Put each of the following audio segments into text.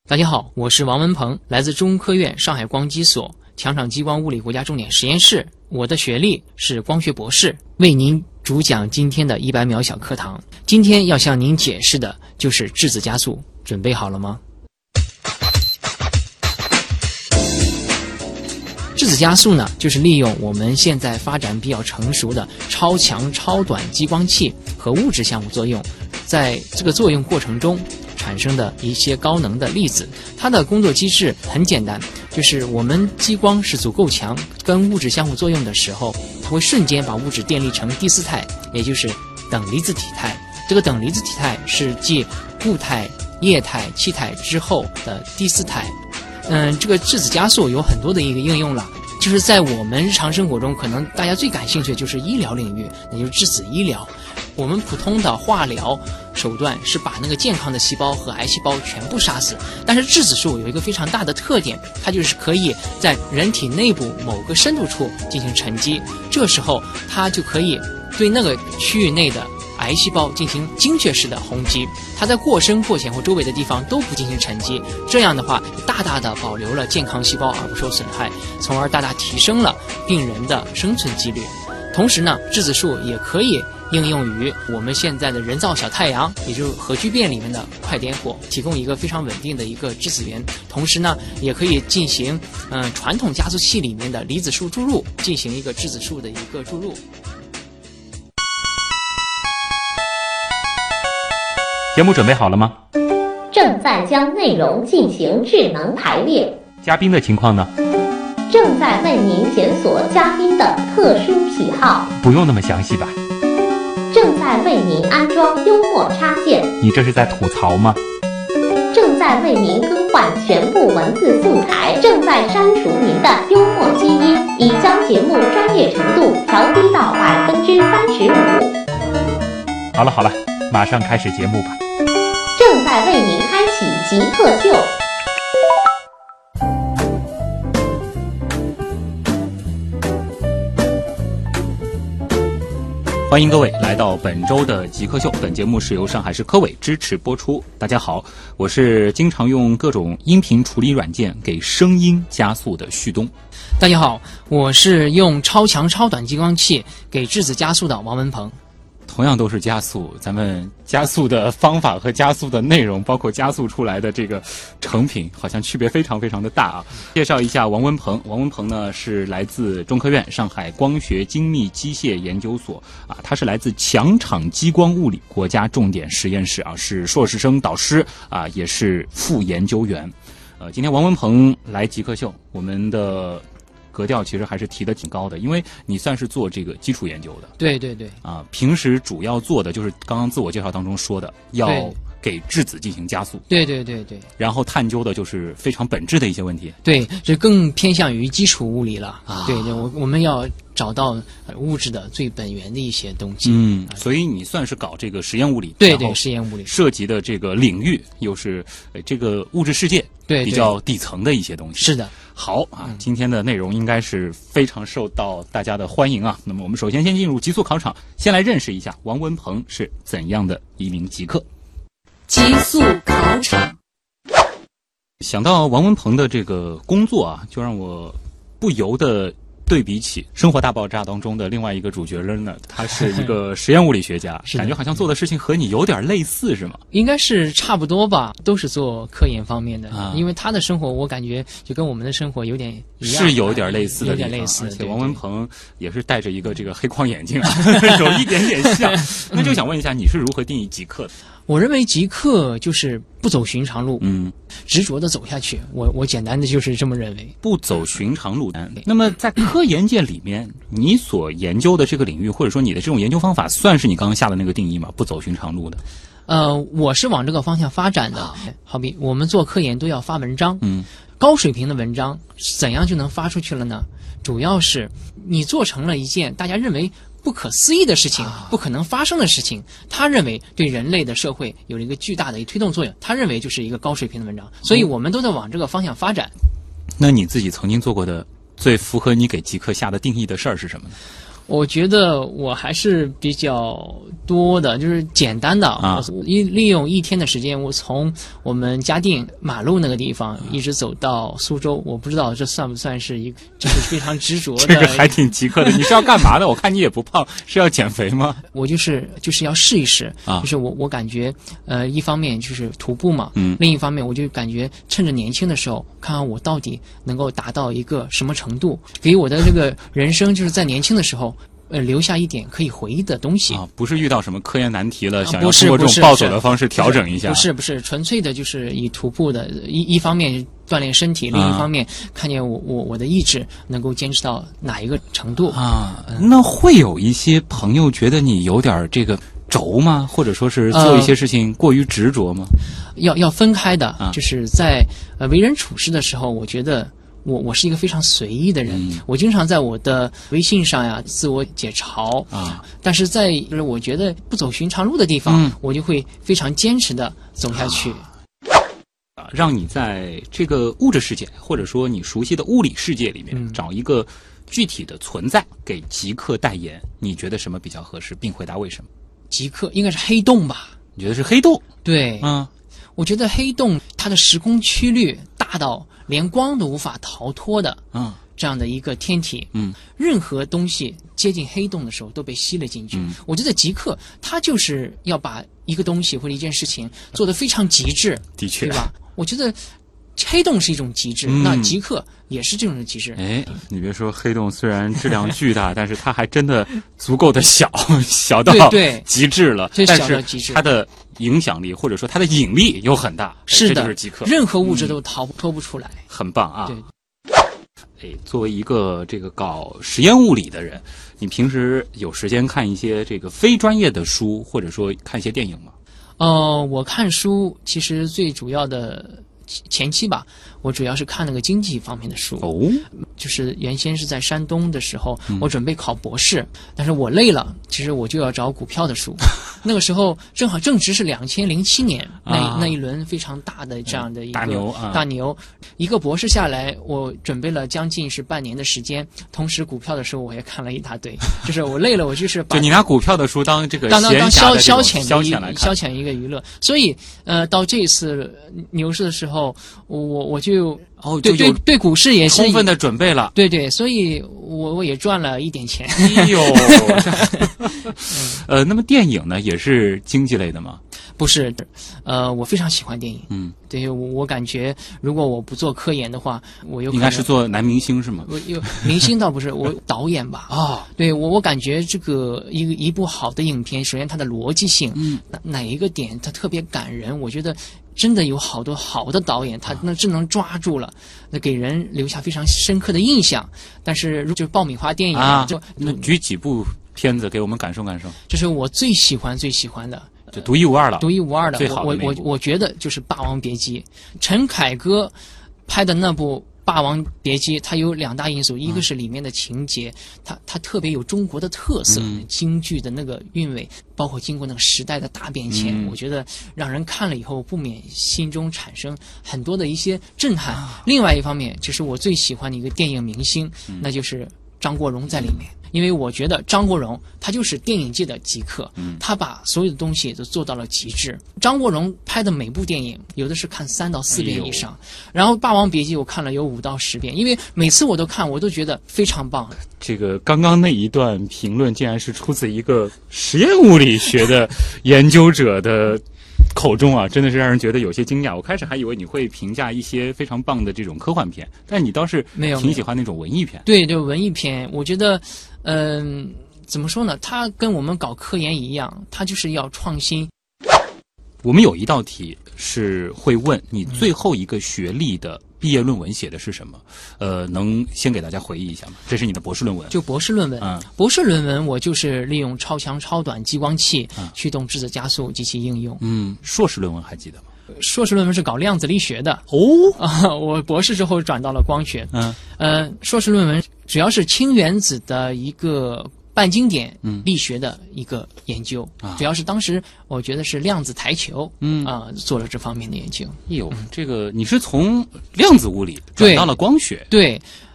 大家好，我是王文鹏，来自中科院上海光机所强场激光物理国家重点实验室，我的学历是光学博士，为您主讲今天的100秒小课堂。今天要向您解释的就是质子加速，准备好了吗？质子加速呢，就是利用我们现在发展比较成熟的超强超短激光器和物质相互作用，在这个作用过程中产生的一些高能的粒子。它的工作机制很简单，就是我们激光是足够强，跟物质相互作用的时候，它会瞬间把物质电离成第四态，也就是等离子体态。这个等离子体态是继固态、液态、气态之后的第四态。这个质子加速有很多的一个应用了，就是在我们日常生活中，可能大家最感兴趣的就是医疗领域，那就是质子医疗。我们普通的化疗手段是把那个健康的细胞和癌细胞全部杀死，但是质子束有一个非常大的特点，它就是可以在人体内部某个深度处进行沉积，这时候它就可以对那个区域内的癌细胞进行精确式的轰击，它在过深、过浅或周围的地方都不进行沉积，这样的话大大的保留了健康细胞而不受损害，从而大大提升了病人的生存几率。同时呢，质子束也可以应用于我们现在的人造小太阳，也就是核聚变里面的快点火，提供一个非常稳定的一个质子源。同时呢，也可以进行传统加速器里面的离子束注入，进行一个质子束的一个注入。 节目准备好了吗？ 正在将内容进行智能排列。 嘉宾的情况呢？ 正在为您检索嘉宾的特殊喜好。 不用那么详细吧？ 正在为您安装幽默插件。 你这是在吐槽吗？ 正在为您更换全部文字素材。正在删除您的幽默基因，已将节目专业程度调低到35%。 好了，马上开始节目吧。 正在为您开启极客秀。 欢迎各位来到本周的极客秀，本节目是由上海市科委支持播出。大家好，我是经常用各种音频处理软件给声音加速的旭东。 大家好，我是用超强超短激光器给质子加速的王文鹏。 同样都是加速，咱们加速的方法和加速的内容，包括加速出来的这个成品，好像区别非常非常的大啊。介绍一下王文鹏，王文鹏呢是来自中科院上海光学精密机械研究所啊，他是来自强场激光物理国家重点实验室啊，是硕士生导师啊，也是副研究员。今天王文鹏来极客秀，我们的格调其实还是提的挺高的，因为你算是做这个基础研究的。 对啊，平时主要做的就是刚刚自我介绍当中说的，要给质子进行加速。 对。 然后探究的就是非常本质的一些问题。 对，这更偏向于基础物理了啊。对，我们要找到物质的最本源的一些东西。 所以你算是搞这个实验物理。 对，实验物理涉及的这个领域又是这个物质世界比较底层的一些东西。 是的。 好啊，今天的内容应该是非常受到大家的欢迎啊。那么我们首先先进入极速考场，先来认识一下王文鹏是怎样的一名极客。 极速考场。 想到王文鹏的这个工作啊，就让我不由得对比起《生活大爆炸》当中的另外一个主角人呢，他是一个实验物理学家，感觉好像做的事情和你有点类似，是吗？ 应该是差不多吧，都是做科研方面的。因为他的生活，我感觉就跟我们的生活有点一样， 是有点类似的地方， 有点类似。 而且王文鹏也是戴着一个这个黑框眼镜，有一点点像。那就想问一下，你是如何定义极客的？ 我认为极客就是不走寻常路，执着的走下去。我简单的就是这么认为， 不走寻常路。那么在科研界里面，你所研究的这个领域，或者说你的这种研究方法，算是你刚刚下的那个定义吗？不走寻常路的？ 我是往这个方向发展的。好比我们做科研都要发文章，高水平的文章怎样就能发出去了呢？主要是你做成了一件大家认为不可思议的事情，不可能发生的事情，他认为对人类的社会有了一个巨大的推动作用，他认为就是一个高水平的文章，所以我们都在往这个方向发展。 那你自己曾经做过的最符合你给极客下的定义的事儿是什么呢？ 我觉得我还是比较多的，就是简单的啊。 利用一天的时间，我从我们嘉定马路那个地方一直走到苏州，我不知道这算不算是一个就是非常执着的。 这个还挺极客的。你是要干嘛的？我看你也不胖，是要减肥吗？ 我就是要试一试啊， 就是我感觉一方面就是徒步嘛，另一方面我就感觉趁着年轻的时候，看看我到底能够达到一个什么程度，给我的这个人生就是在年轻的时候。留下一点可以回忆的东西啊，不是遇到什么科研难题了，想要通过这种暴走的方式调整一下。 不是，纯粹的就是以徒步的一方面锻炼身体，另一方面看见我的意志能够坚持到哪一个程度啊。那会有一些朋友觉得你有点这个轴吗？或者说是做一些事情过于执着吗？ 要分开的，就是在为人处事的时候，我觉得。我是一个非常随意的人，我经常在我的微信上呀自我解嘲啊，但是在我觉得不走寻常路的地方，我就会非常坚持的走下去。 让你在这个物质世界或者说你熟悉的物理世界里面找一个具体的存在给极客代言，你觉得什么比较合适，并回答为什么？ 极客应该是黑洞吧？ 你觉得是黑洞？ 对，我觉得黑洞它的时空曲率大到连光都无法逃脱的，这样的一个天体，任何东西接近黑洞的时候都被吸了进去。我觉得极客它就是要把一个东西或者一件事情做得非常极致， 的确， 对吧？我觉得黑洞是一种极致，那极客也是这种极致。 哎，你别说，黑洞虽然质量巨大，但是它还真的足够的小到极致了。但是它的影响力或者说它的引力又很大， 是的， 这就是极客， 任何物质都脱不出来。 很棒啊！ 对。 作为一个这个搞实验物理的人，你平时有时间看一些这个非专业的书，或者说看一些电影吗？ 我看书其实最主要的前期吧，我主要是看那个经济方面的书。就是原先是在山东的时候，我准备考博士，但是我累了，其实我就要找股票的书。那个时候正值是2007年那一轮非常大的这样的一个大牛，一个博士下来，我准备了将近是半年的时间，同时股票的书我也看了一大堆。就是我累了，我就是把你拿股票的书当这个当消遣一个娱乐。所以到这一次牛市的时候，我就对股市也是充分的准备了。 对，所以我也赚了一点钱。 哎呦，那么电影呢，也是经济类的吗？ 不是，我非常喜欢电影。对，我感觉如果我不做科研的话，我应该是做男明星是吗？ 明星倒不是，我导演吧。对，我感觉这个一部好的影片，首先它的逻辑性，哪一个点它特别感人，我觉得真的有好多好的导演，他真能抓住了，那给人留下非常深刻的印象。但是就是爆米花电影那举几部片子给我们感受感受。 这是我最喜欢的。 就独一无二了， 最好的我觉得就是《霸王别姬》，陈凯歌拍的那部《霸王别姬》，它有2大因素，一个是里面的情节，它特别有中国的特色，京剧的那个韵味，包括经过那个时代的大变迁，我觉得让人看了以后不免心中产生很多的一些震撼。另外一方面，就是我最喜欢的一个电影明星，那就是张国荣在里面。因为我觉得张国荣他就是电影界的极客，他把所有的东西都做到了极致。张国荣拍的每部电影，有的是看3到4遍以上，然后《霸王别姬》我看了有5到10遍，因为每次我都看，我都觉得非常棒。 这个刚刚那一段评论，竟然是出自一个实验物理学的研究者的口中啊，真的是让人觉得有些惊讶。我开始还以为你会评价一些非常棒的这种科幻片，但你倒是挺喜欢那种文艺片。 对，就文艺片，我觉得，怎么说呢？它跟我们搞科研一样，它就是要创新。 我们有一道题是会问你最后一个学历的毕业论文写的是什么？能先给大家回忆一下吗？这是你的博士论文。 就博士论文，博士论文我就是利用超强超短激光器驱动质子加速及其应用。 硕士论文还记得吗？ 硕士论文是搞量子力学的。我博士之后转到了光学。硕士论文主要是氢原子的一个半经典力学的一个研究，主要是当时我觉得是量子台球，做了这方面的研究。 这个你是从量子物理转到了光学？ 对，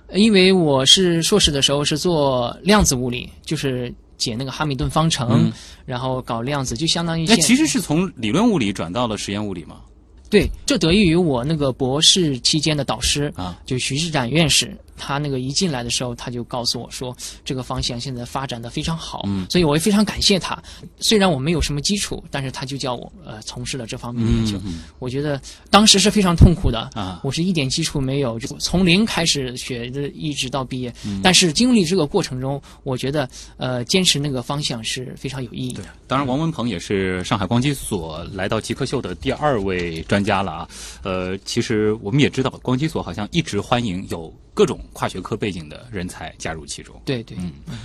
因为我是硕士的时候是做量子物理，就是解那个哈密顿方程，然后搞量子，就相当于那其实是从理论物理转到了实验物理吗？ 对，这得益于我那个博士期间的导师啊， 就徐志展院士，他那个一进来的时候，他就告诉我说，这个方向现在发展的非常好，所以我也非常感谢他。虽然我没有什么基础，但是他就叫我从事了这方面的研究。我觉得当时是非常痛苦的啊， 我是一点基础没有，就从零开始学，一直到毕业。但是经历这个过程中，我觉得坚持那个方向是非常有意义的。 当然，王文鹏也是上海光机所来到极客秀的第2位专家了啊。其实我们也知道，光机所好像一直欢迎有各种跨学科背景的人才加入其中。 对对，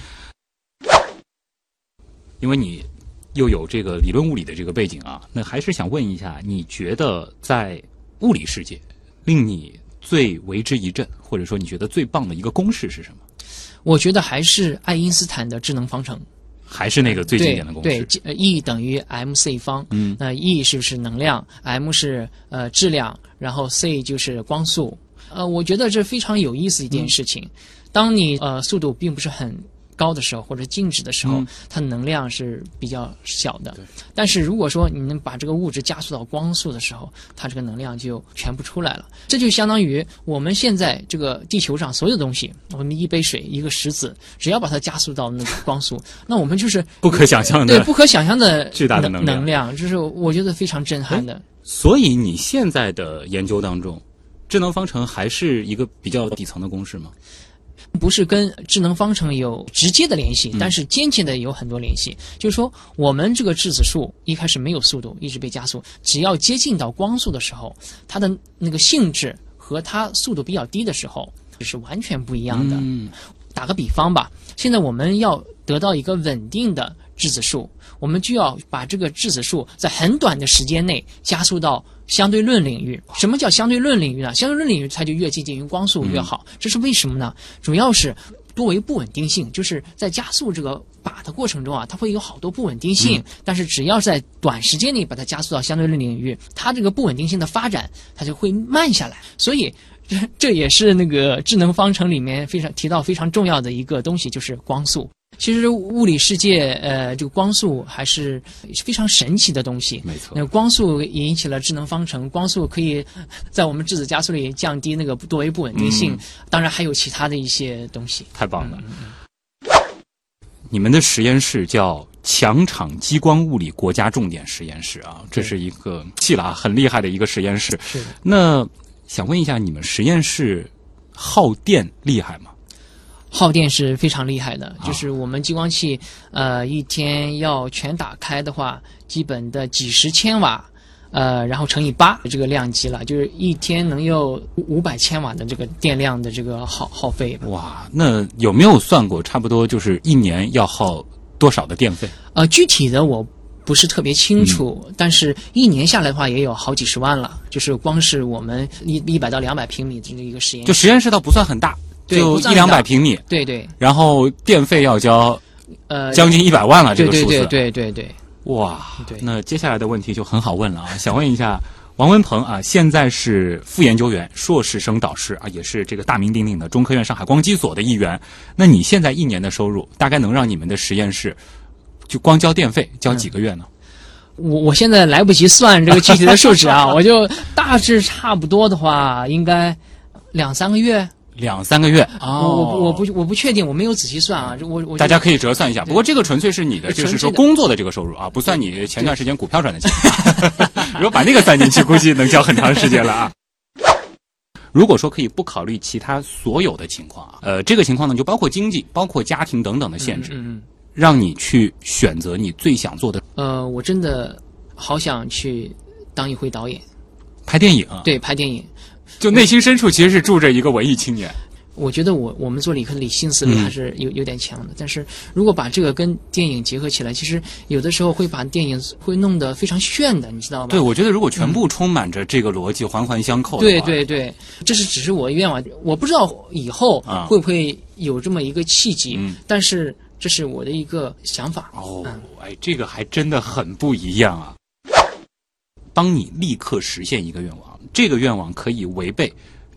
因为你又有这个理论物理的这个背景啊，那还是想问一下，你觉得在物理世界令你最为之一振，或者说你觉得最棒的一个公式是什么？ 我觉得还是爱因斯坦的智能方程。 还是那个最经典的公式。 对，E 等于 mc 方。那 E 是不是能量 ，M 是质量，然后 c 就是光速。我觉得这非常有意思一件事情。当你速度并不是很高的时候，或者静止的时候，它能量是比较小的。但是如果说你能把这个物质加速到光速的时候，它这个能量就全部出来了。这就相当于我们现在这个地球上所有东西，我们一杯水、一个石子，只要把它加速到那个光速，那我们就是不可想象的， 对，不可想象的巨大的能量，这是我觉得非常震撼的。 所以你现在的研究当中，智能方程还是一个比较底层的公式吗？ 不是跟智能方程有直接的联系，但是间接的有很多联系。就是说，我们这个质子数一开始没有速度，一直被加速，只要接近到光速的时候，它的那个性质和它速度比较低的时候是完全不一样的。打个比方吧，现在我们要得到一个稳定的质子数，我们就要把这个质子数在很短的时间内加速到相对论领域。什么叫相对论领域呢？相对论领域它就越接近于光速越好。这是为什么呢？主要是多为不稳定性，就是在加速这个把的过程中啊，它会有好多不稳定性，但是只要在短时间内把它加速到相对论领域，它这个不稳定性的发展它就会慢下来。所以这也是那个智能方程里面提到非常重要的一个东西，就是光速。其实物理世界，这个光速还是非常神奇的东西。 没错， 那光速引起了智能方程，光速可以在我们质子加速里降低那个多维不稳定性。当然还有其他的一些东西。 太棒了！你们的实验室叫强场激光物理国家重点实验室啊，这是一个很厉害的一个实验室。 是的。 那想问一下，你们实验室耗电厉害吗？ 耗电是非常厉害的，就是我们激光器，一天要全打开的话，基本的几十千瓦，然后乘以8这个量级了，就是一天能有500千瓦的这个电量的这个耗费。 哇，那有没有算过，差不多就是一年要耗多少的电费？ 具体的我不是特别清楚，但是一年下来的话也有好几十万了，就是光是我们100到200平米的这个一个实验室， 就实验室倒不算很大。就100-200平米， 对对， 然后电费要交，将近100万了，这个数字， 对， 哇，那接下来的问题就很好问了啊，想问一下王文鹏啊，现在是副研究员、硕士生导师啊，也是这个大名鼎鼎的中科院上海光机所的一员。那你现在一年的收入，大概能让你们的实验室就光交电费交几个月呢？ 我现在来不及算这个具体的数值啊，我就大致差不多的话，应该2-3个月。 2-3个月我不确定，我没有仔细算啊。我大家可以折算一下。不过这个纯粹是你的，就是说工作的这个收入啊，不算你前段时间股票赚的钱。如果把那个算进去，估计能交很长时间了啊。如果说可以不考虑其他所有的情况啊，这个情况呢就包括经济、包括家庭等等的限制，让你去选择你最想做的。 我真的好想去当一回导演， 拍电影。 对，拍电影。 就内心深处其实是住着一个文艺青年。 我觉得我们做理科的理性思维还是有点强的，但是如果把这个跟电影结合起来，其实有的时候会把电影会弄得非常炫的，你知道吗？ 对，我觉得如果全部充满着这个逻辑，环环相扣的话， 对，这只是我的愿望，我不知道以后会不会有这么一个契机，但是这是我的一个想法。 这个还真的很不一样啊！帮你立刻实现一个愿望，这个愿望可以违背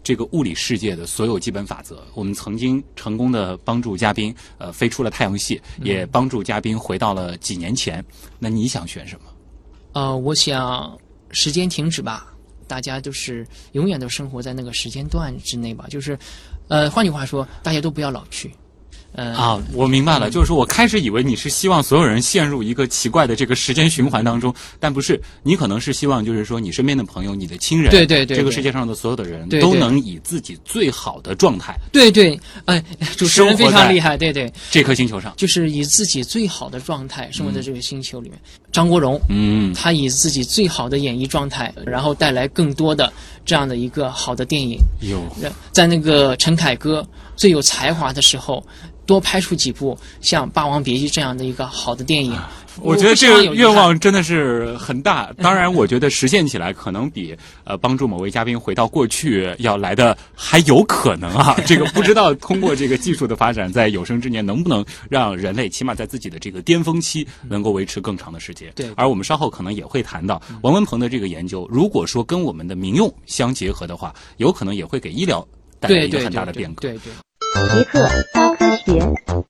这个物理世界的所有基本法则。我们曾经成功的帮助嘉宾飞出了太阳系，也帮助嘉宾回到了几年前。那你想选什么？ 我想时间停止吧，大家都是永远都生活在那个时间段之内吧，就是换句话说，大家都不要老去。 我明白了，就是说我开始以为你是希望所有人陷入一个奇怪的这个时间循环当中，但不是，你可能是希望就是说你身边的朋友、你的亲人， 对， 这个世界上的所有的人对都能以自己最好的状态， 对，主持人非常厉害，对， 这颗星球上， 就是以自己最好的状态生活在这个星球里面。张国荣，他以自己最好的演绎状态，然后带来更多的这样的一个好的电影。在那个陈凯歌最有才华的时候，多拍出几部像《霸王别姬》这样的一个好的电影。 我觉得这个愿望真的是很大。当然，我觉得实现起来可能比帮助某位嘉宾回到过去要来的还有可能啊。这个不知道通过这个技术的发展，在有生之年能不能让人类起码在自己的这个巅峰期能够维持更长的时间。 对。 而我们稍后可能也会谈到王文鹏的这个研究，如果说跟我们的民用相结合的话，有可能也会给医疗带来一个很大的变革。 对。 极客高科学。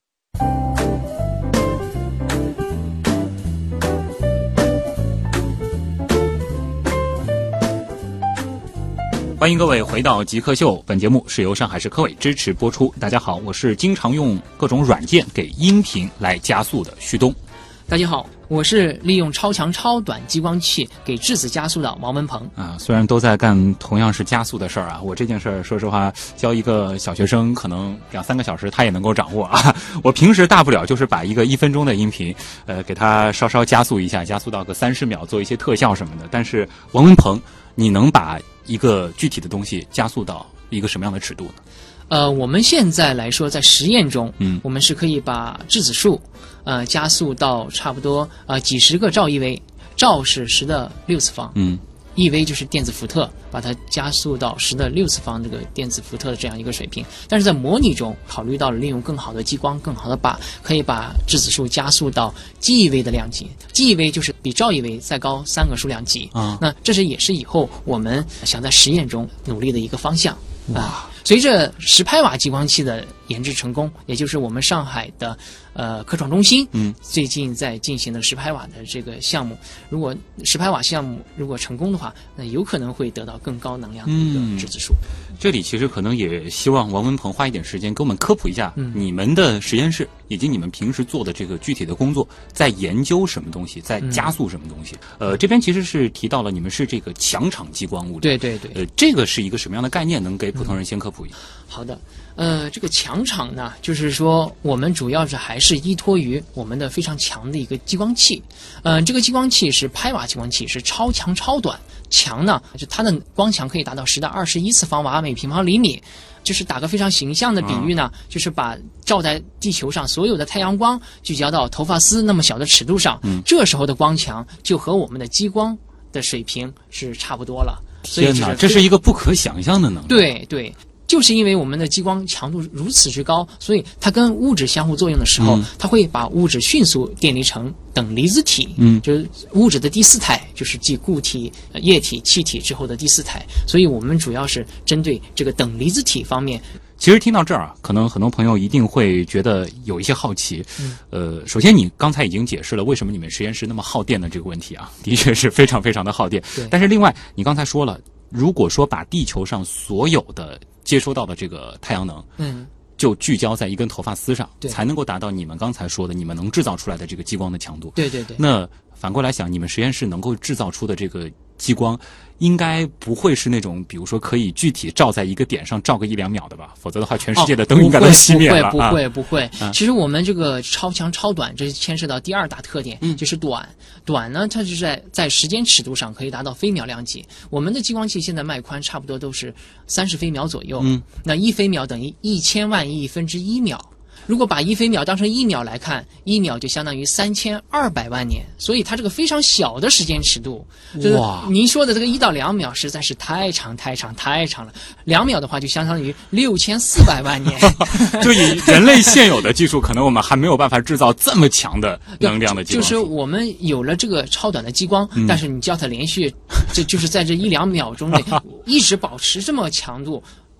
欢迎各位回到极客秀，本节目是由上海市科委支持播出。大家好，我是经常用各种软件给音频来加速的旭东。 大家好，我是利用超强超短激光器给质子加速的王文鹏。 虽然都在干同样是加速的事儿啊，我这件事儿说实话，教一个小学生可能2-3个小时他也能够掌握啊。我平时大不了就是把一个1分钟的音频，给他稍稍加速一下，加速到个30秒，做一些特效什么的。但是王文鹏，你能把一个具体的东西加速到一个什么样的尺度呢？ 我们现在来说，在实验中，我们是可以把质子数，加速到差不多几十个兆 eV， 兆是10的6次方，eV 就是电子伏特，把它加速到10的6次方这个电子伏特的这样一个水平。但是在模拟中，考虑到了利用更好的激光、更好的靶，可以把质子数加速到 GeV 的量级。GeV 就是比兆 eV 再高3个数量级那这是也是以后我们想在实验中努力的一个方向随着10拍瓦激光器的研制成功，也就是我们上海的科创中心最近在进行的10拍瓦的这个项目，如果10拍瓦项目如果成功的话，那有可能会得到更高能量的一个质子数。 这里其实可能也希望王文鹏花一点时间给我们科普一下你们的实验室以及你们平时做的这个具体的工作在研究什么东西，在加速什么东西。这边其实是提到了你们是这个强场激光物理。 对。 这个是一个什么样的概念？能给普通人先科普一下？ 好的，这个强场呢，就是说我们主要是还是依托于我们的非常强的一个激光器。这个激光器是拍瓦激光器，是超强超短。强呢，就它的光强可以达到10的21次方瓦每平方厘米。就是打个非常形象的比喻呢，就是把照在地球上所有的太阳光聚焦到头发丝那么小的尺度上，这时候的光强就和我们的激光的水平是差不多了。 天哪，这是一个不可想象的能力。 对。就是因为我们的激光强度如此之高，所以它跟物质相互作用的时候，它会把物质迅速电离成等离子体，就是物质的第4态，就是继固体、液体、气体之后的第4态。所以我们主要是针对这个等离子体方面。 其实听到这儿啊，可能很多朋友一定会觉得有一些好奇。首先你刚才已经解释了为什么你们实验室那么耗电的这个问题啊，的确是非常非常的耗电。但是另外，你刚才说了，如果说把地球上所有的接收到的这个太阳能，就聚焦在一根头发丝上，才能够达到你们刚才说的你们能制造出来的这个激光的强度。 对。 那反过来想，你们实验室能够制造出的这个激光，应该不会是那种比如说可以具体照在一个点上照个1-2秒的吧？否则的话，全世界的灯应该都熄灭了。 不会。其实我们这个超强超短，这牵涉到第2大特点，就是短。短呢，它就是在时间尺度上可以达到飞秒量级。我们的激光器现在脉宽差不多都是30飞秒左右。那1飞秒等于1000万亿分之1秒。如果把1飞秒当成1秒来看，1秒就相当于3200万年，所以它这个非常小的时间尺度，就是您说的这个1到2秒实在是太长了。2秒的话就相当于6400万年。 就以人类现有的技术，可能我们还没有办法制造这么强的能量的激光。 就是我们有了这个超短的激光，但是你叫它连续，就是在这1-2秒钟内一直保持这么强度。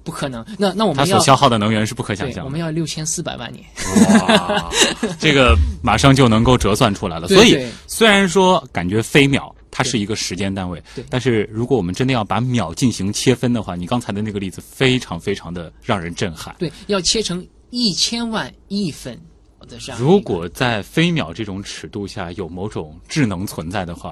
不可能。那我们它所消耗的能源是不可想象的。 我们要6400万年。 哇，这个马上就能够折算出来了。所以虽然说感觉飞秒它是一个时间单位，但是如果我们真的要把秒进行切分的话，你刚才的那个例子非常非常的让人震撼。 对，要切成1000万亿分。 如果在飞秒这种尺度下有某种智能存在的话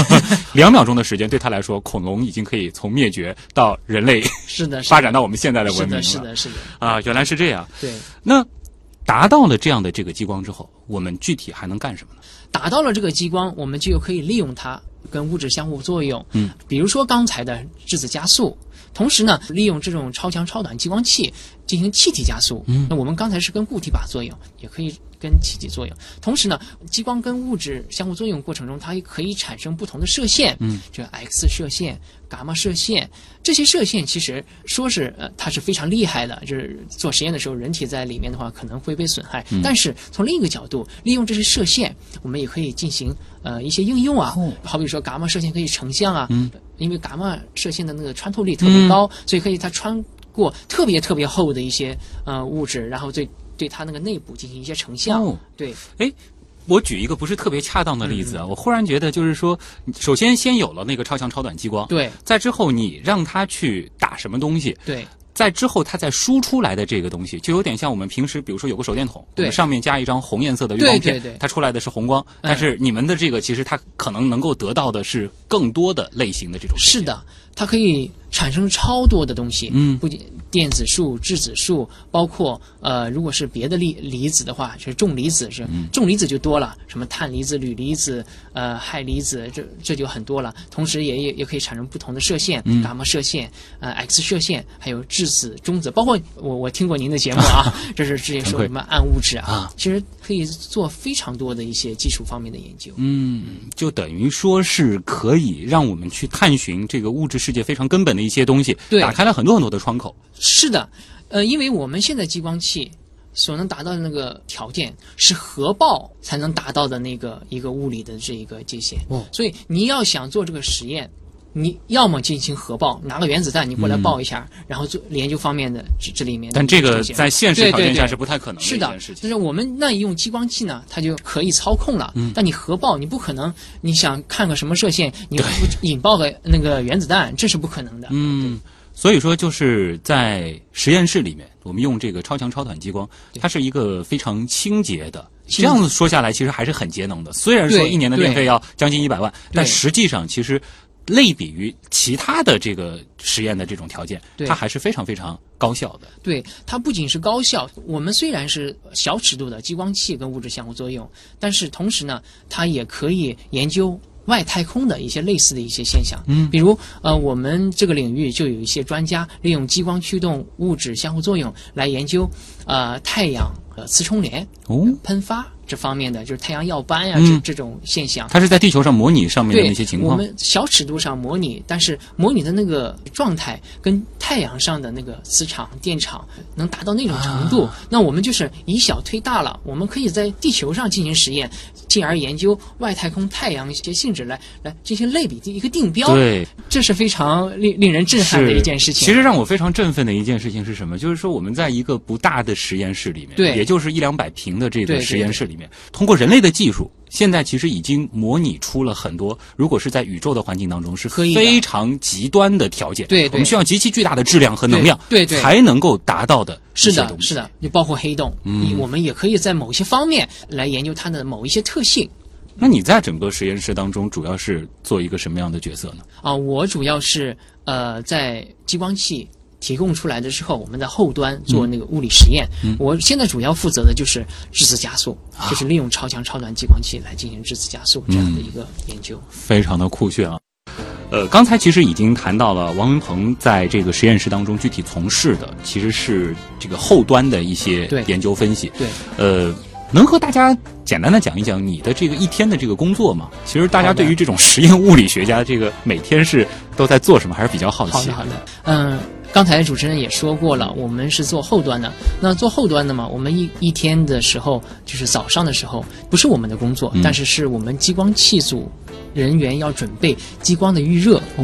，2秒钟的时间对他来说，恐龙已经可以从灭绝到人类发展到我们现在的文明了。 是的啊，原来是这样。 对， 那达到了这样的这个激光之后，我们具体还能干什么呢？ 达到了这个激光，我们就可以利用它跟物质相互作用。比如说刚才的质子加速。同时呢，利用这种超强超短激光器进行气体加速。那我们刚才是跟固体把作用，也可以跟气体作用。同时呢，激光跟物质相互作用过程中，它也可以产生不同的射线。这 X 射线、伽马射线，这些射线其实说是它是非常厉害的，就是做实验的时候，人体在里面的话可能会被损害。但是从另一个角度，利用这些射线，我们也可以进行一些应用啊。好比说伽马射线可以成像啊。因为伽马射线的那个穿透力特别高，所以可以它穿过特别特别厚的一些物质，然后对它那个内部进行一些成像。对， 我举一个不是特别恰当的例子啊，我忽然觉得就是说，首先先有了那个超强超短激光， 对， 在之后你让它去打什么东西， 对。 在之后，它再输出来的这个东西，就有点像我们平时，比如说有个手电筒，我们上面加一张红颜色的滤光片，它出来的是红光。但是你们的这个，其实它可能能够得到的是更多的类型的这种。 是的，它可以产生超多的东西。不仅电子束、质子束，包括如果是别的离子的话，是重离子，重离子就多了，什么碳离子、铝离子、氦离子，这就很多了。同时也可以产生不同的射线，伽马射线、X 射线，还有质子、中子，包括我听过您的节目啊，这是之前说什么暗物质啊，其实可以做非常多的一些技术方面的研究。 就等于说是可以让我们去探寻这个物质世界非常根本的一些东西，打开了很多很多的窗口。 是的，因为我们现在激光器所能达到的那个条件是核爆才能达到的那个一个物理的这一个界限。所以你要想做这个实验，你要么进行核爆，拿个原子弹你过来爆一下，然后做研究方面的这里面的。 但这个在现实条件下是不太可能的一件事情。 是的，但是我们那用激光器呢，它就可以操控了。但你核爆，你不可能，你想看个什么射线，你引爆个那个原子弹，这是不可能的。 所以说，就是在实验室里面，我们用这个超强超短激光，它是一个非常清洁的。这样子说下来，其实还是很节能的。虽然说一年的电费要将近100万，但实际上其实类比于其他的这个实验的这种条件，它还是非常非常高效的。 对，它不仅是高效，我们虽然是小尺度的激光器跟物质相互作用，但是同时呢，它也可以研究外太空的一些类似的一些现象。比如我们这个领域就有一些专家利用激光驱动物质相互作用来研究太阳磁冲联喷发这方面的，就是太阳耀斑呀这种现象。 它是在地球上模拟上面的那些情况。 我们小尺度上模拟，但是模拟的那个状态跟太阳上的那个磁场、电场能达到那种程度，那我们就是以小推大了。我们可以在地球上进行实验，进而研究外太空太阳一些性质来进行类比的一个定标。 对， 这是非常令人震撼的一件事情。 其实让我非常振奋的一件事情是什么？就是说我们在一个不大的实验室里面，也就是100-200平的这个实验室里面，通过人类的技术，现在其实已经模拟出了很多，如果是在宇宙的环境当中是非常极端的条件，我们需要极其巨大的质量和能量，才能够达到的一些东西。 是的，就包括黑洞，我们也可以在某些方面来研究它的某一些特性。 那你在整个实验室当中主要是做一个什么样的角色呢？ 我主要是在激光器提供出来的时候，我们在后端做那个物理实验。我现在主要负责的就是质子加速，就是利用超强超短激光器来进行质子加速这样的一个研究。 非常的酷炫啊！刚才其实已经谈到了王文鹏在这个实验室当中具体从事的其实是这个后端的一些研究分析。能和大家简单的讲一讲你的这个一天的这个工作吗？其实大家对于这种实验物理学家这个每天是都在做什么还是比较好奇。 好的。刚才主持人也说过了，我们是做后端的。那做后端的嘛，我们一天的时候，就是早上的时候，不是我们的工作，但是我们激光器组人员要准备激光的预热。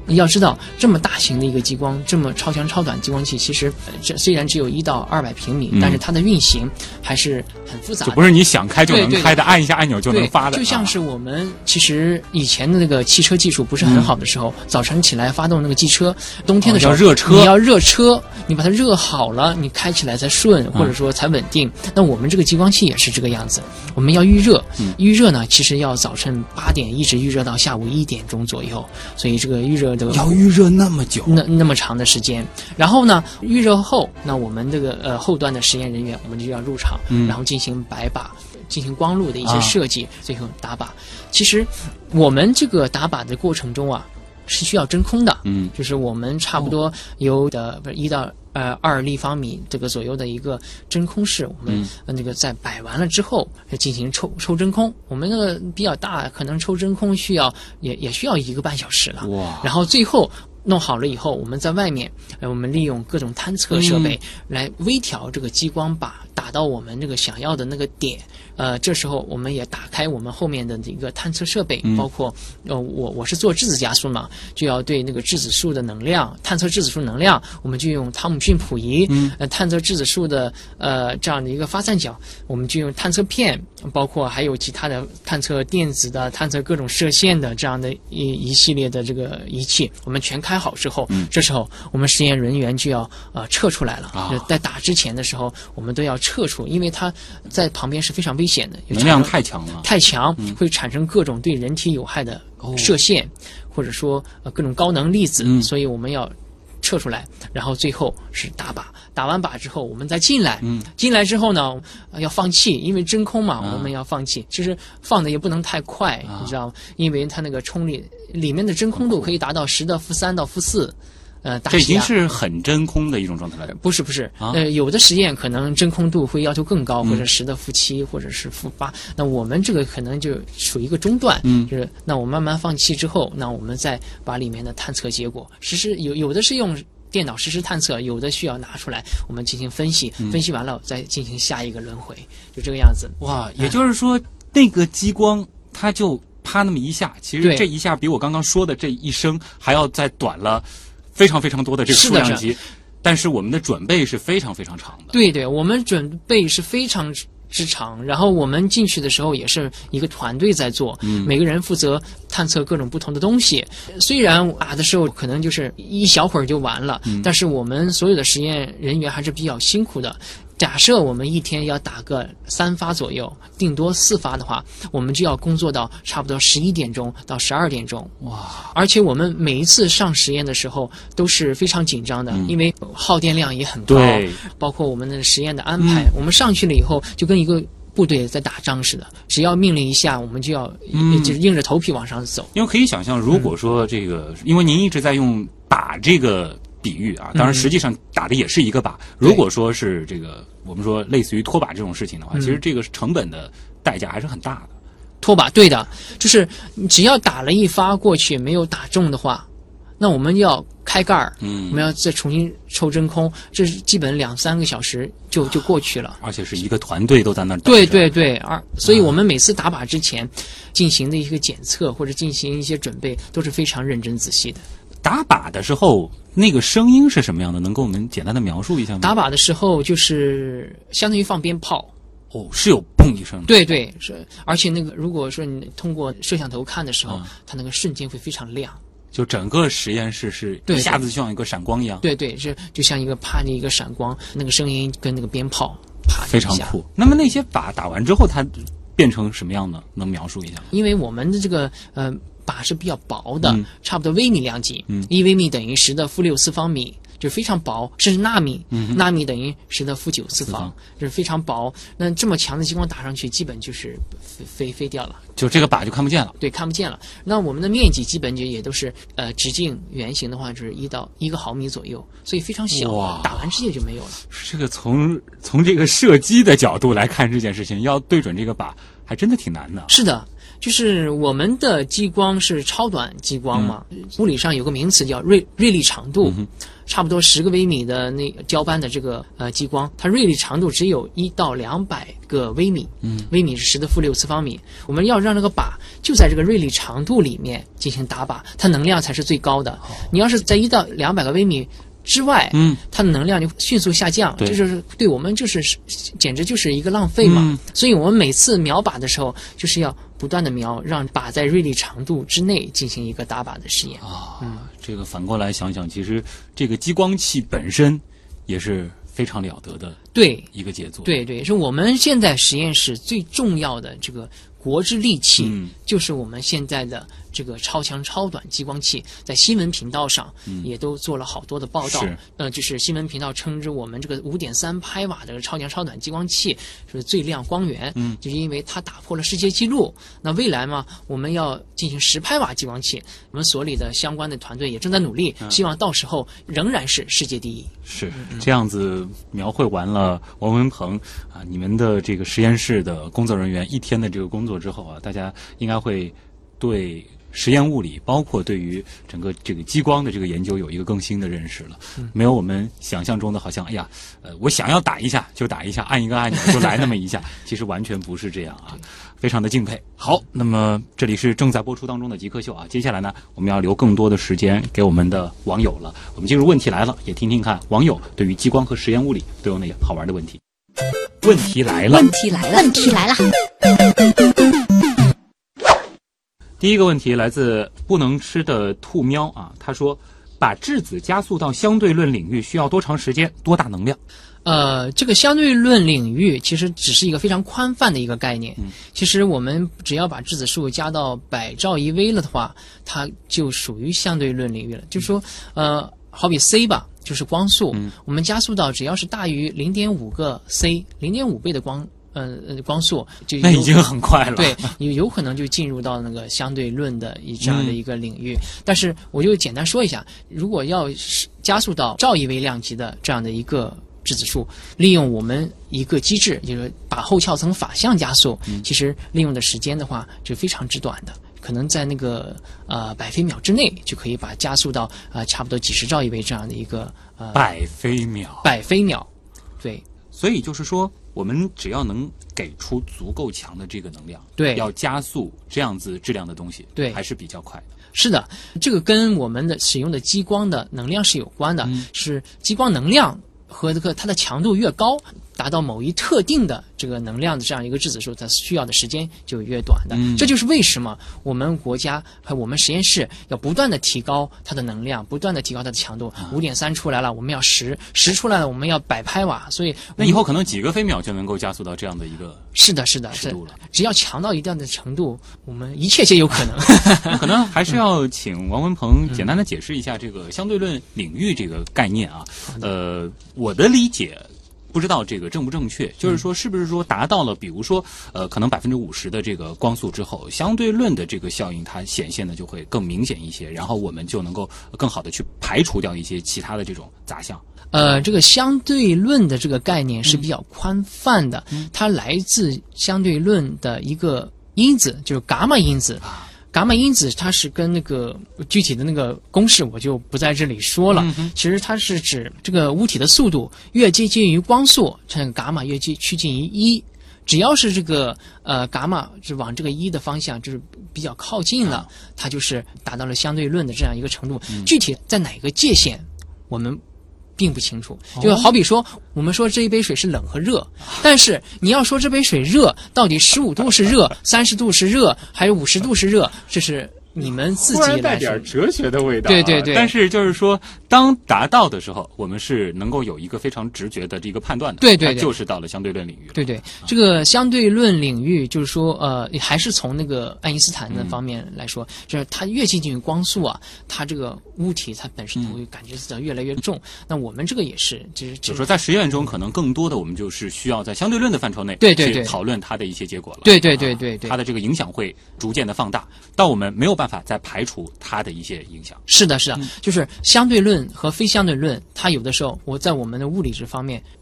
你要知道，这么大型的一个激光，这么超强超短激光器，其实这虽然只有1到200平米，但是它的运行还是很复杂的， 就不是你想开就能开的，按一下按钮就能发的。 就像是我们其实以前的那个汽车技术不是很好的时候，早晨起来发动那个汽车，冬天的时候热车， 你要热车，你把它热好了，你开起来才顺，或者说才稳定。那我们这个激光器也是这个样子，我们要预热，预热呢，其实要早晨8点一直预热到下午1点钟左右，所以这个预热的要预热那么久， 那么长的时间。然后呢，预热后，那我们这个后端的实验人员，我们就要入场，然后进行摆靶，进行光路的一些设计，最后打靶。其实我们这个打靶的过程中啊，是需要真空的，就是我们差不多有1到2立方米这个左右的一个真空室，我们那个在摆完了之后进行抽真空。我们那个比较大，可能抽真空也需要1个半小时了。哇！然后最后弄好了以后，我们在外面，我们利用各种探测设备来微调这个激光靶，打到我们这个想要的那个点。这时候我们也打开我们后面的一个探测设备，包括我是做质子加速嘛，就要对那个质子束的能量探测质子束能量，我们就用汤姆逊谱仪，探测质子束的这样的一个发散角，我们就用探测片，包括还有其他的探测电子的、探测各种射线的这样的一系列的这个仪器，我们全开好之后，这时候我们实验人员就要撤出来了。在打之前的时候，我们都要撤出，因为它在旁边是非常危险的， 能量太强了， 太强会产生各种对人体有害的射线，或者说各种高能粒子，所以我们要撤出来，然后最后是打靶，打完靶之后我们再进来，进来之后呢要放气，因为真空嘛，我们要放气，其实放的也不能太快，你知道吗？因为它那个冲力里面的真空度可以达到10的-3到-4。 这已经是很真空的一种状态了。 不是，有的实验可能真空度会要求更高，或者10的-7，或者是-8。那我们这个可能就属于一个中段，就是那我慢慢放气之后，那我们再把里面的探测结果有的是用电脑实时探测，有的需要拿出来我们进行分析，分析完了再进行下一个轮回，就这个样子。 哇，也就是说那个激光它就啪那么一下，其实这一下比我刚刚说的这一声还要再短了非常非常多的这个数量级，但是我们的准备是非常非常长的。 对，我们准备是非常之长，然后我们进去的时候也是一个团队在做，每个人负责探测各种不同的东西。虽然打的时候可能就是一小会儿就完了，但是我们所有的实验人员还是比较辛苦的。假设我们一天要打个3发左右，顶多4发的话，我们就要工作到差不多11点钟到12点钟。哇！而且我们每一次上实验的时候都是非常紧张的，因为耗电量也很高，包括我们的实验的安排，我们上去了以后就跟一个部队在打仗似的，只要命令一下，我们就要就是硬着头皮往上走。 因为可以想象，如果说这个，因为您一直在用打这个比喻啊，当然实际上打的也是一个靶。如果说是这个我们说类似于拖靶这种事情的话，其实这个成本的代价还是很大的。 拖靶对的，就是只要打了一发过去没有打中的话，那我们要开盖儿，我们要再重新抽真空，这是基本2-3个小时就过去了。 而且是一个团队都在那儿。 对，所以我们每次打靶之前进行的一个检测或者进行一些准备都是非常认真仔细的。 打靶的时候那个声音是什么样的？能跟我们简单的描述一下吗？ 打靶的时候就是相当于放鞭炮。 是有砰一声的。 对，是，而且那个如果说你通过摄像头看的时候，它那个瞬间会非常亮。 就整个实验室是一下子就像一个闪光一样。 对，就像一个啪的一个闪光，那个声音跟那个鞭炮啪一下。 非常酷。那么那些靶打完之后，它变成什么样的？能描述一下吗？ 因为我们的这个靶是比较薄的，差不多微米量级，1微米等于10的-6次方米，就非常薄，甚至纳米，纳米等于10的-9次方，就是非常薄。那这么强的激光打上去，基本就是飞掉了，就这个靶就看不见了。 对，看不见了。那我们的面积基本也都是直径圆形的话，就是1到1个毫米左右，所以非常小，打完直接就没有了。 这个从这个射击的角度来看这件事情，要对准这个靶还真的挺难的。 是的。 就是我们的激光是超短激光嘛，物理上有个名词叫锐利长度，差不多10个微米的那焦斑的这个激光，它锐利长度只有1到200个微米，微米是10的负6次方米。我们要让这个靶就在这个锐利长度里面进行打靶，它能量才是最高的。你要是在1到200个微米之外，它的能量就迅速下降，这就是对我们简直就是一个浪费嘛。所以我们每次瞄靶的时候，就是要不断的瞄，让靶在锐利长度之内进行一个打靶的实验。 这个反过来想想，其实这个激光器本身也是非常了得的，一个杰作。 对，是我们现在实验室最重要的这个国之利器，就是我们现在的这个超强超短激光器，在新闻频道上也都做了好多的报道。就是新闻频道称之我们这个5.3拍瓦的超强超短激光器是最亮光源，就是因为它打破了世界纪录。那未来嘛，我们要进行10拍瓦激光器，我们所里的相关的团队也正在努力，希望到时候仍然是世界第一。 是这样子描绘完了王文鹏你们的这个实验室的工作人员1天的这个工作之后大家应该会对实验物理，包括对于整个这个激光的这个研究有一个更新的认识了。没有我们想象中的好像我想要打一下就打一下，按一个按钮就来那么一下，其实完全不是这样非常的敬佩。好，那么这里是正在播出当中的极客秀接下来呢，我们要留更多的时间给我们的网友了。我们进入问题来了，也听听看网友对于激光和实验物理都有哪好玩的问题。问题来了。第一个问题来自不能吃的兔喵他说，把质子加速到相对论领域需要多长时间，多大能量？ 这个相对论领域其实只是一个非常宽泛的一个概念。其实我们只要把质子数加到100兆一微了的话，它就属于相对论领域了。就是说，好比 c 吧，就是光速，我们加速到只要是大于0.5个 c，0.5倍的光速，就那已经很快了。 对，有可能就进入到那个相对论的这样的一个领域。但是我就简单说一下，如果要加速到兆一微量级的这样的一个质子数，利用我们一个机制，就是把后壳层法相加速，其实利用的时间的话就非常之短的，可能在那个100飞秒之内就可以把加速到差不多几十兆一微这样的一个 100飞秒， 对。 所以就是说，我们只要能给出足够强的这个能量，要加速这样子质量的东西，还是比较快的。 是的，这个跟我们的使用的激光的能量是有关的，是激光能量和这个它的强度越高，达到某一特定的这个能量的这样一个质子数，它需要的时间就越短的。这就是为什么我们国家和我们实验室要不断的提高它的能量，不断的提高它的强度。5.3出来了，我们要10出来了，我们要100拍瓦。所以那以后可能几个飞秒就能够加速到这样的一个是的尺度了。 只要强到一定的程度，我们一切皆有可能。 可能还是要请王文鹏简单的解释一下这个相对论领域这个概念我的理解不知道这个正不正确，就是说是不是说达到了比如说可能50%的这个光速之后，相对论的这个效应它显现的就会更明显一些，然后我们就能够更好的去排除掉一些其他的这种杂项。 这个相对论的这个概念是比较宽泛的，它来自相对论的一个因子，就是伽马因子。伽马因子它是跟那个具体的那个公式我就不在这里说了，其实它是指这个物体的速度越接近于光速，这个伽马越趋近于1，只要是这个伽马是往这个1的方向就是比较靠近了，它就是达到了相对论的这样一个程度。具体在哪个界限我们并不清楚，就好比说我们说这一杯水是冷和热，但是你要说这杯水热到底15度是热，30度是热，还有50度是热，这是你们自己来说， 带点哲学的味道。 对。 但是就是说，当达到的时候，我们是能够有一个非常直觉的这个判断的。对，它就是到了相对论领域。 对，这个相对论领域就是说，还是从那个爱因斯坦的方面来说，就是它越接近于光速它这个物体它本身会感觉到越来越重。那我们这个也是，就是说在实验中，可能更多的我们就是需要在相对论的范畴内去讨论它的一些结果了。 对， 它的这个影响会逐渐的放大，到我们没有办法再排除它的一些影响。 是的，就是相对论和非相对论，它有的时候在我们的物理这方面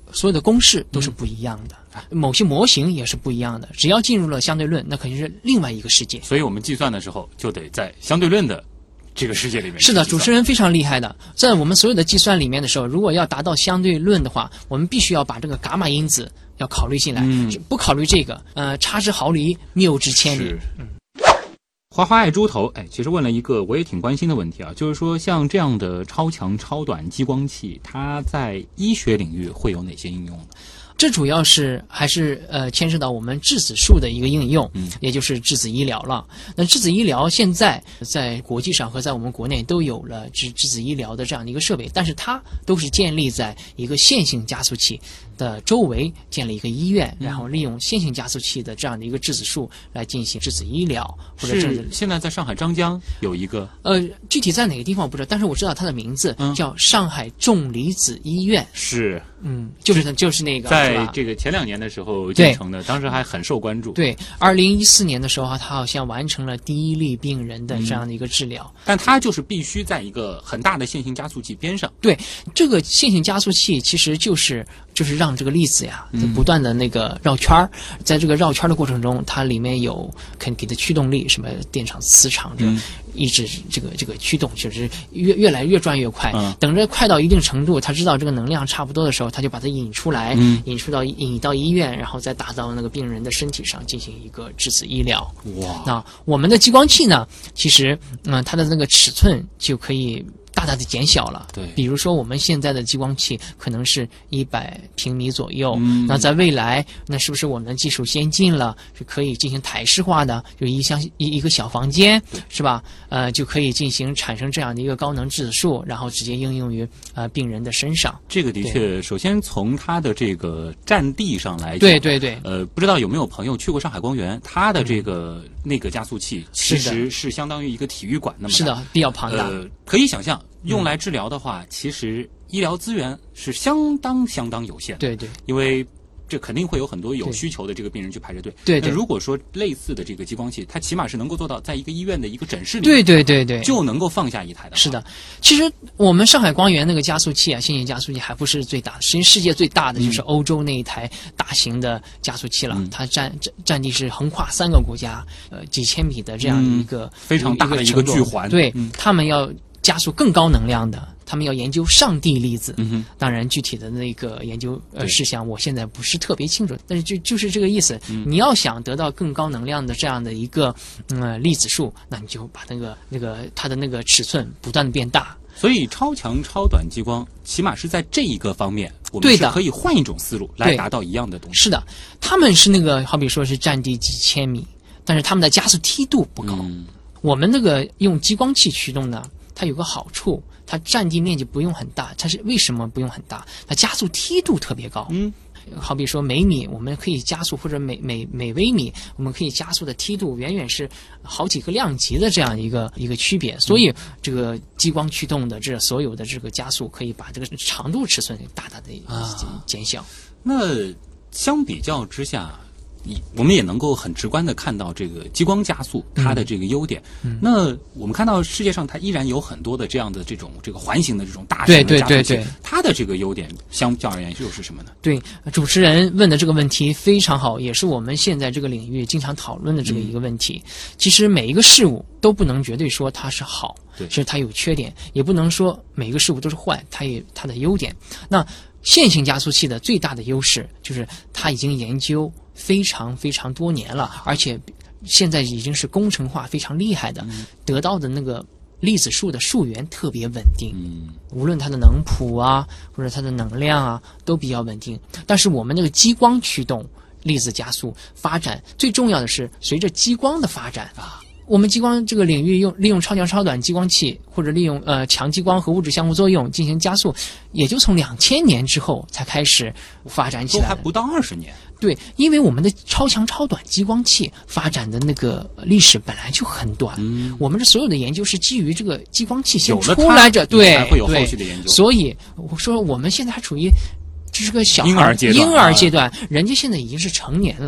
所有的公式都是不一样的，某些模型也是不一样的。只要进入了相对论，那肯定是另外一个世界。 所以我们计算的时候就得在相对论的这个世界里面。 是的，主持人非常厉害的。在我们所有的计算里面的时候，如果要达到相对论的话，我们必须要把这个伽马因子要考虑进来。不考虑这个，差之毫厘，谬之千里。 花花爱猪头，其实问了一个我也挺关心的问题啊，就是说像这样的超强超短激光器，它在医学领域会有哪些应用呢？ 这主要是还是牵涉到我们质子束的一个应用，也就是质子医疗了。那质子医疗现在在国际上和在我们国内都有了质子医疗的这样的一个设备，但是它都是建立在一个线性加速器的周围建了一个医院，然后利用线性加速器的这样的一个质子束来进行质子医疗，或者是现在在上海张江有一个具体在哪个地方我不知道，但是我知道它的名字叫上海重离子医院。 是， 就是那个在这个前2年的时候建成的，当时还很受关注。 对，2014年的时候，他好像完成了第1例病人的这样的一个治疗。 但它就是必须在一个很大的线性加速器边上。 对，这个线性加速器其实就是让这个粒子呀不断的那个绕圈儿，在这个绕圈的过程中，它里面有肯给的驱动力，什么电场、磁场抑制这个驱动，就是越来越转越快。等着快到一定程度，他知道这个能量差不多的时候，他就把它引出来，引到医院，然后再打到那个病人的身体上进行一个质子医疗。 哇！ 那我们的激光器呢，其实它的那个尺寸就可以大大的减小了。 对， 比如说我们现在的激光器可能是100平米左右，那在未来，那是不是我们的技术先进了，是可以进行台式化的，就一个小房间，是吧？就可以进行产生这样的一个高能质子束，然后直接应用于病人的身上。 这个的确，首先从它的这个占地上来讲， 对， 不知道有没有朋友去过上海光园，它的这个那个加速器其实是相当于一个体育馆那么大。 是的，比较庞大。 可以想象，用来治疗的话，其实医疗资源是相当有限的。对，因为这肯定会有很多有需求的这个病人去排着队。对。那如果说类似的这个激光器，它起码是能够做到在一个医院的一个诊室里面， 对， 就能够放下一台的。 是的，其实我们上海光园那个加速器啊，线性加速器还不是最大的，实际世界最大的就是欧洲那一台大型的加速器了。它占地是横跨3个国家，几千米的这样的一个非常大的一个巨环。 对，他们要加速更高能量的，他们要研究上帝粒子。当然具体的那个研究事项我现在不是特别清楚，但是就是这个意思。你要想得到更高能量的这样的一个粒子束，那你就把那个它的那个尺寸不断的变大。 所以超强超短激光起码是在这一个方面，我们是可以换一种思路来达到一样的东西。 是的，他们是那个好比说是占地几千米，但是他们的加速梯度不高。我们那个用激光器驱动呢，它有个好处，它占地面积不用很大。它是为什么不用很大？它加速梯度特别高。好比说每米我们可以加速，或者每微米我们可以加速的梯度远远是好几个量级的这样一个区别。所以这个激光驱动的这所有的这个加速可以把这个长度尺寸大大的减小。 那相比较之下，我们也能够很直观的看到这个激光加速它的这个优点。那我们看到世界上它依然有很多的这样的这个环形的这种大型的加速器，它的这个优点相较而言又是什么呢？ 对，主持人问的这个问题非常好，也是我们现在这个领域经常讨论的这个一个问题。其实每一个事物都不能绝对说它是好，其实它有缺点，也不能说每个事物都是坏，它有它的优点。那线性加速器的最大的优势就是它已经研究非常多年了，而且现在已经是工程化非常厉害的，得到的那个粒子束的束源特别稳定。无论它的能谱啊，或者它的能量啊，都比较稳定。但是我们那个激光驱动粒子加速发展，最重要的是随着激光的发展我们激光这个领域利用超强超短激光器，或者利用强激光和物质相互作用进行加速，也就从2000年之后才开始发展起来， 都还不到20年。 对，因为我们的超强超短激光器发展的那个历史本来就很短，我们这所有的研究是基于这个激光器先出来着，对， 才会有后续的研究。 所以我说我们现在还处于这是个小婴儿阶段， 人家现在已经是成年了。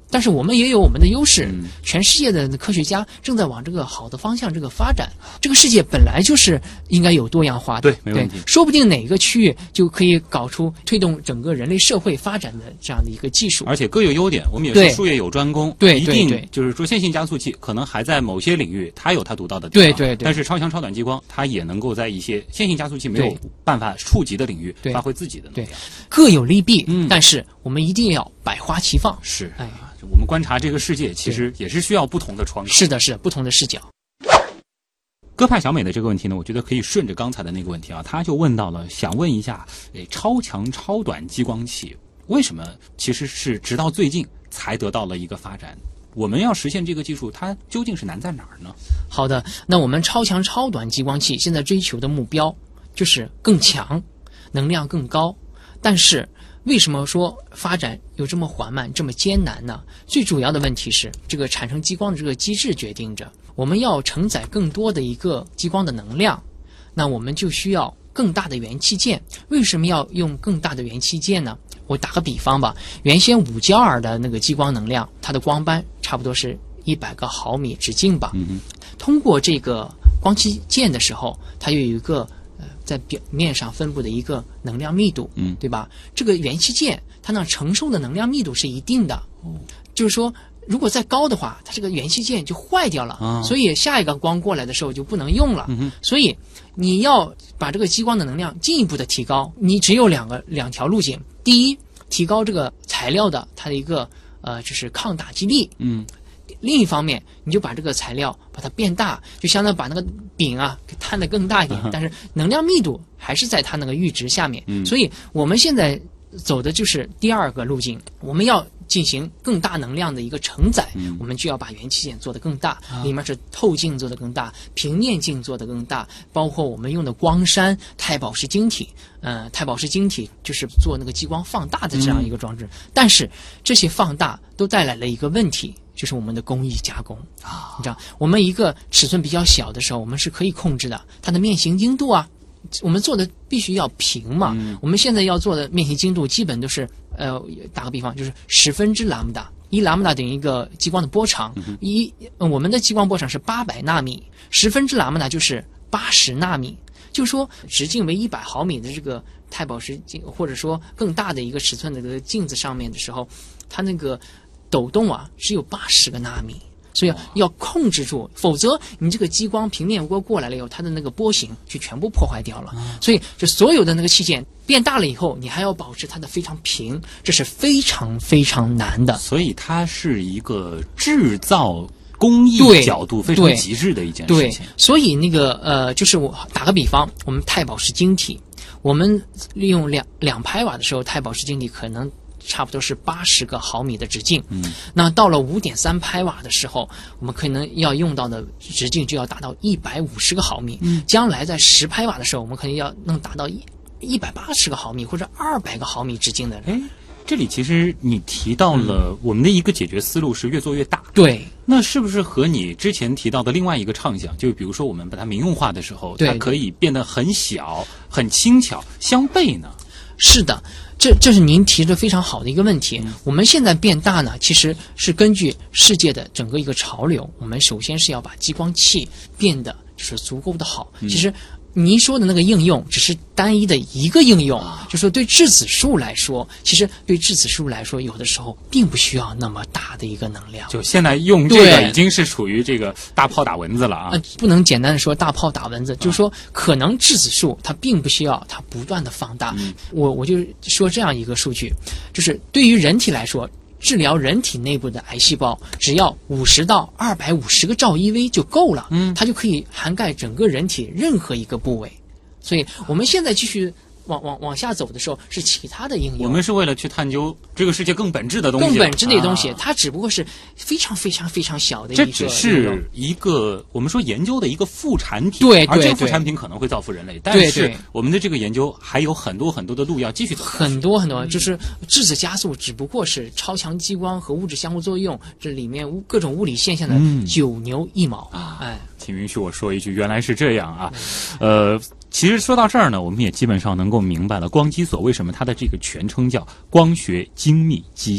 但是我们也有我们的优势，全世界的科学家正在往这个好的方向这个发展。这个世界本来就是应该有多样化的， 对，没问题。 说不定哪个区域就可以搞出推动整个人类社会发展的这样的一个技术， 而且各有优点。我们也说术业有专攻， 对， 一定就是说线性加速器可能还在某些领域它有它独到的地方， 对。 但是超强超短激光它也能够在一些线性加速器没有办法触及的领域发挥自己的能量， 各有利弊。但是我们一定要百花齐放。 是，我们观察这个世界，其实也是需要不同的窗口。 是的，不同的视角。 歌派小美的这个问题呢，我觉得可以顺着刚才的那个问题啊，他就问到了，想问一下，超强超短激光器为什么其实是直到最近才得到了一个发展？我们要实现这个技术，它究竟是难在哪儿呢？好的， 那我们超强超短激光器现在追求的目标就是更强，能量更高，但是为什么说发展有这么缓慢、这么艰难呢？最主要的问题是，这个产生激光的这个机制决定着，我们要承载更多的一个激光的能量，那我们就需要更大的元器件。为什么要用更大的元器件呢？我打个比方吧，原先5焦耳的那个激光能量，它的光斑差不多是100个毫米直径吧。通过这个光器件的时候，它有一个在表面上分布的一个能量密度，对吧？这个元器件它能承受的能量密度是一定的，就是说如果再高的话，它这个元器件就坏掉了，所以下一个光过来的时候就不能用了。所以你要把这个激光的能量进一步的提高，你只有两条路径。第一，提高这个材料的它的一个就是抗打击力。另一方面，你就把这个材料把它变大，就相当于把那个饼给摊得更大一点，但是能量密度还是在它那个阈值下面。所以我们现在走的就是第二个路径，我们要进行更大能量的一个承载，我们就要把元器件做得更大，里面是透镜做得更大，平面镜做得更大，包括我们用的光栅、钛宝石晶体，钛宝石晶体就是做那个激光放大的这样一个装置。但是这些放大都带来了一个问题，就是我们的工艺加工你知道，我们一个尺寸比较小的时候，我们是可以控制的，它的面型精度我们做的必须要平嘛。我们现在要做的面型精度基本都是打个比方，就是1/10拉姆达，1拉姆达等于一个激光的波长，我们的激光波长是800纳米，1/10拉姆达就是80纳米，就是说直径为100毫米的这个钛宝石镜，或者说更大的一个尺寸的这个镜子上面的时候，它那个抖动只有80个纳米。所以要控制住，否则你这个激光平面波过来了以后，它的那个波形就全部破坏掉了。所以就所有的那个器件变大了以后，你还要保持它的非常平，这是非常非常难的。 所以它是一个制造工艺角度非常极致的一件事情。 对，所以那个就是我打个比方，我们钛宝石晶体，我们利用2拍瓦的时候，钛宝石晶体可能差不多是80个毫米的直径，那到了5.3拍瓦的时候，我们可能要用到的直径就要达到150个毫米，将来在10拍瓦的时候，我们可能要能达到180个毫米或者200个毫米直径的。 这里其实你提到了我们的一个解决思路是越做越大。 对， 那是不是和你之前提到的另外一个畅想，就比如说我们把它民用化的时候，它可以变得很小、很轻巧相悖呢？ 是的，这是您提的非常好的一个问题。我们现在变大呢，其实是根据世界的整个一个潮流，我们首先是要把激光器变得就是足够的好。其实您说的那个应用只是单一的一个应用，就说对质子数来说，其实对质子数来说，有的时候并不需要那么大的一个能量。 就现在用这个已经是属于这个大炮打蚊子了不能简单的说大炮打蚊子，就是说可能质子数它并不需要它不断的放大。我就说这样一个数据，就是对于人体来说，治疗人体内部的癌细胞，只要50到250个兆EV就够了，它就可以涵盖整个人体任何一个部位。所以我们现在继续往下走的时候，是其他的应用。 我们是为了去探究这个世界更本质的东西， 更本质的东西，它只不过是非常非常非常小的一个。 这只是一个我们说研究的一个副产品， 对， 而这个副产品可能会造福人类，但是我们的这个研究还有很多很多的路要继续走。 很多很多，就是质子加速只不过是超强激光和物质相互作用这里面各种物理现象的9牛1毛请允许我说一句，原来是这样啊。其实说到这儿呢，我们也基本上能够明白了光机所为什么它的这个全称叫光学精密机械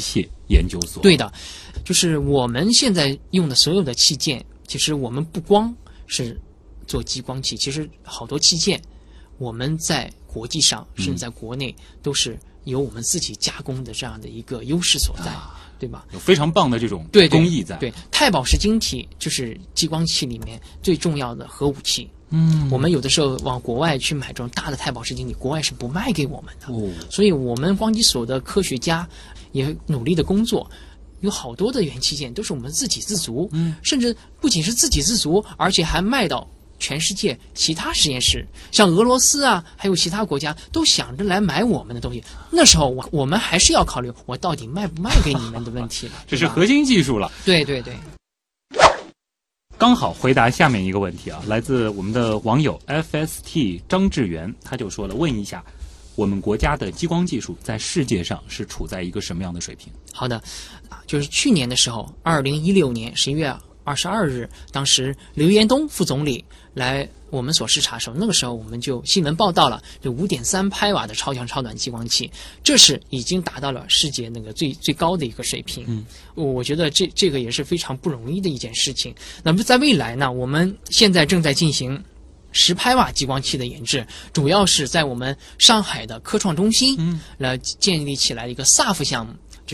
研究所。 对的，就是我们现在用的所有的器件，其实我们不光是做激光器，其实好多器件我们在国际上甚至在国内都是有我们自己加工的这样的一个优势所在，对吧？ 有非常棒的这种工艺在。 对，钛宝石晶体就是激光器里面最重要的核武器。我们有的时候往国外去买这种大的钛宝石晶体，国外是不卖给我们的。所以我们光机所的科学家也努力的工作，有好多的元器件都是我们自给自足，甚至不仅是自给自足，而且还卖到全世界其他实验室，像俄罗斯啊，还有其他国家都想着来买我们的东西。那时候我们还是要考虑我到底卖不卖给你们的问题了。 这是核心技术了。 对对对。 刚好回答下面一个问题啊，来自我们的网友 FST 张志源，他就说了，问一下我们国家的激光技术在世界上是处在一个什么样的水平？ 好的，就是去年的时候，2016年11月22日，当时刘延东副总理来我们所视察的时候，那个时候我们就新闻报道了，就5.3拍瓦的超强超短激光器，这是已经达到了世界那个最高的一个水平。我觉得这个也是非常不容易的一件事情。那么在未来呢，我们现在正在进行10拍瓦激光器的研制，主要是在我们上海的科创中心来建立起来一个 SULF 项目。就是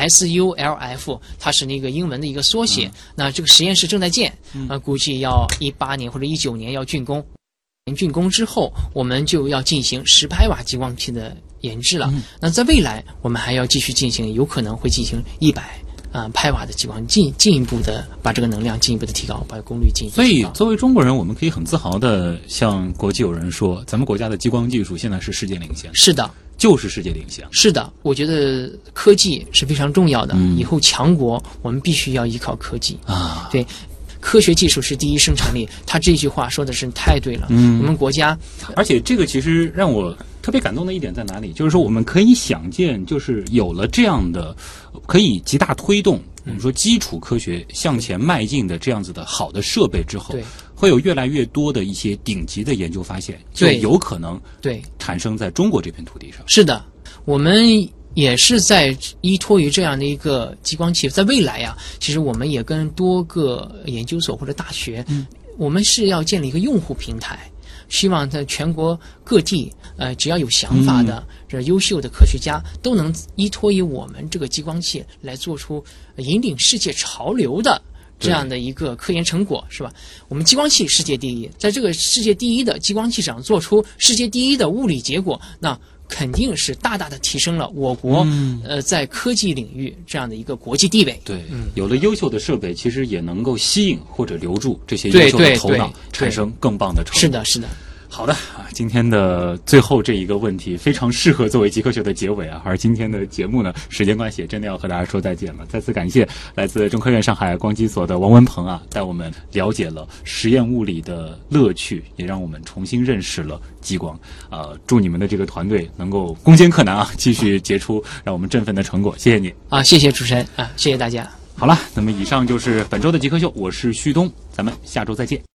SULF， 它是那个英文的一个缩写。那这个实验室正在建，估计要18年或者19年要竣工。竣工之后，我们就要进行10拍瓦激光器的研制了。那在未来，我们还要继续进行，有可能会进行100拍瓦的激光，进一步的把这个能量进一步的提高，把功率进一步提高。 所以，作为中国人，我们可以很自豪的向国际友人说，咱们国家的激光技术现在是世界领先。 是的。 就是世界领先。 是的，我觉得科技是非常重要的。以后强国我们必须要依靠科技啊。对，科学技术是第一生产力。他这句话说的是太对了。我们国家， 而且这个其实让我特别感动的一点在哪里？就是说我们可以想见，就是有了这样的可以极大推动我们说基础科学向前迈进的这样子的好的设备之后，会有越来越多的一些顶级的研究发现，就有可能产生在中国这片土地上。 是的，我们也是在依托于这样的一个激光器，在未来呀，其实我们也跟多个研究所或者大学，我们是要建立一个用户平台。希望在全国各地，只要有想法的这优秀的科学家，都能依托于我们这个激光器来做出引领世界潮流的这样的一个科研成果，是吧？我们激光器世界第一，在这个世界第一的激光器上做出世界第一的物理结果，那肯定是大大的提升了我国在科技领域这样的一个国际地位。 对，有了优秀的设备，其实也能够吸引或者留住这些优秀的头脑，产生更棒的成果。 是的，是的。 好的啊，今天的最后这一个问题非常适合作为极科学的结尾啊，而今天的节目呢，时间关系真的要和大家说再见了。再次感谢来自中科院上海光机所的王文鹏啊，带我们了解了实验物理的乐趣，也让我们重新认识了激光。祝你们的这个团队能够攻坚克难啊，继续结出让我们振奋的成果。谢谢你啊，谢谢主持人啊，谢谢大家。 好了，那么以上就是本周的极客秀，我是旭东，咱们下周再见。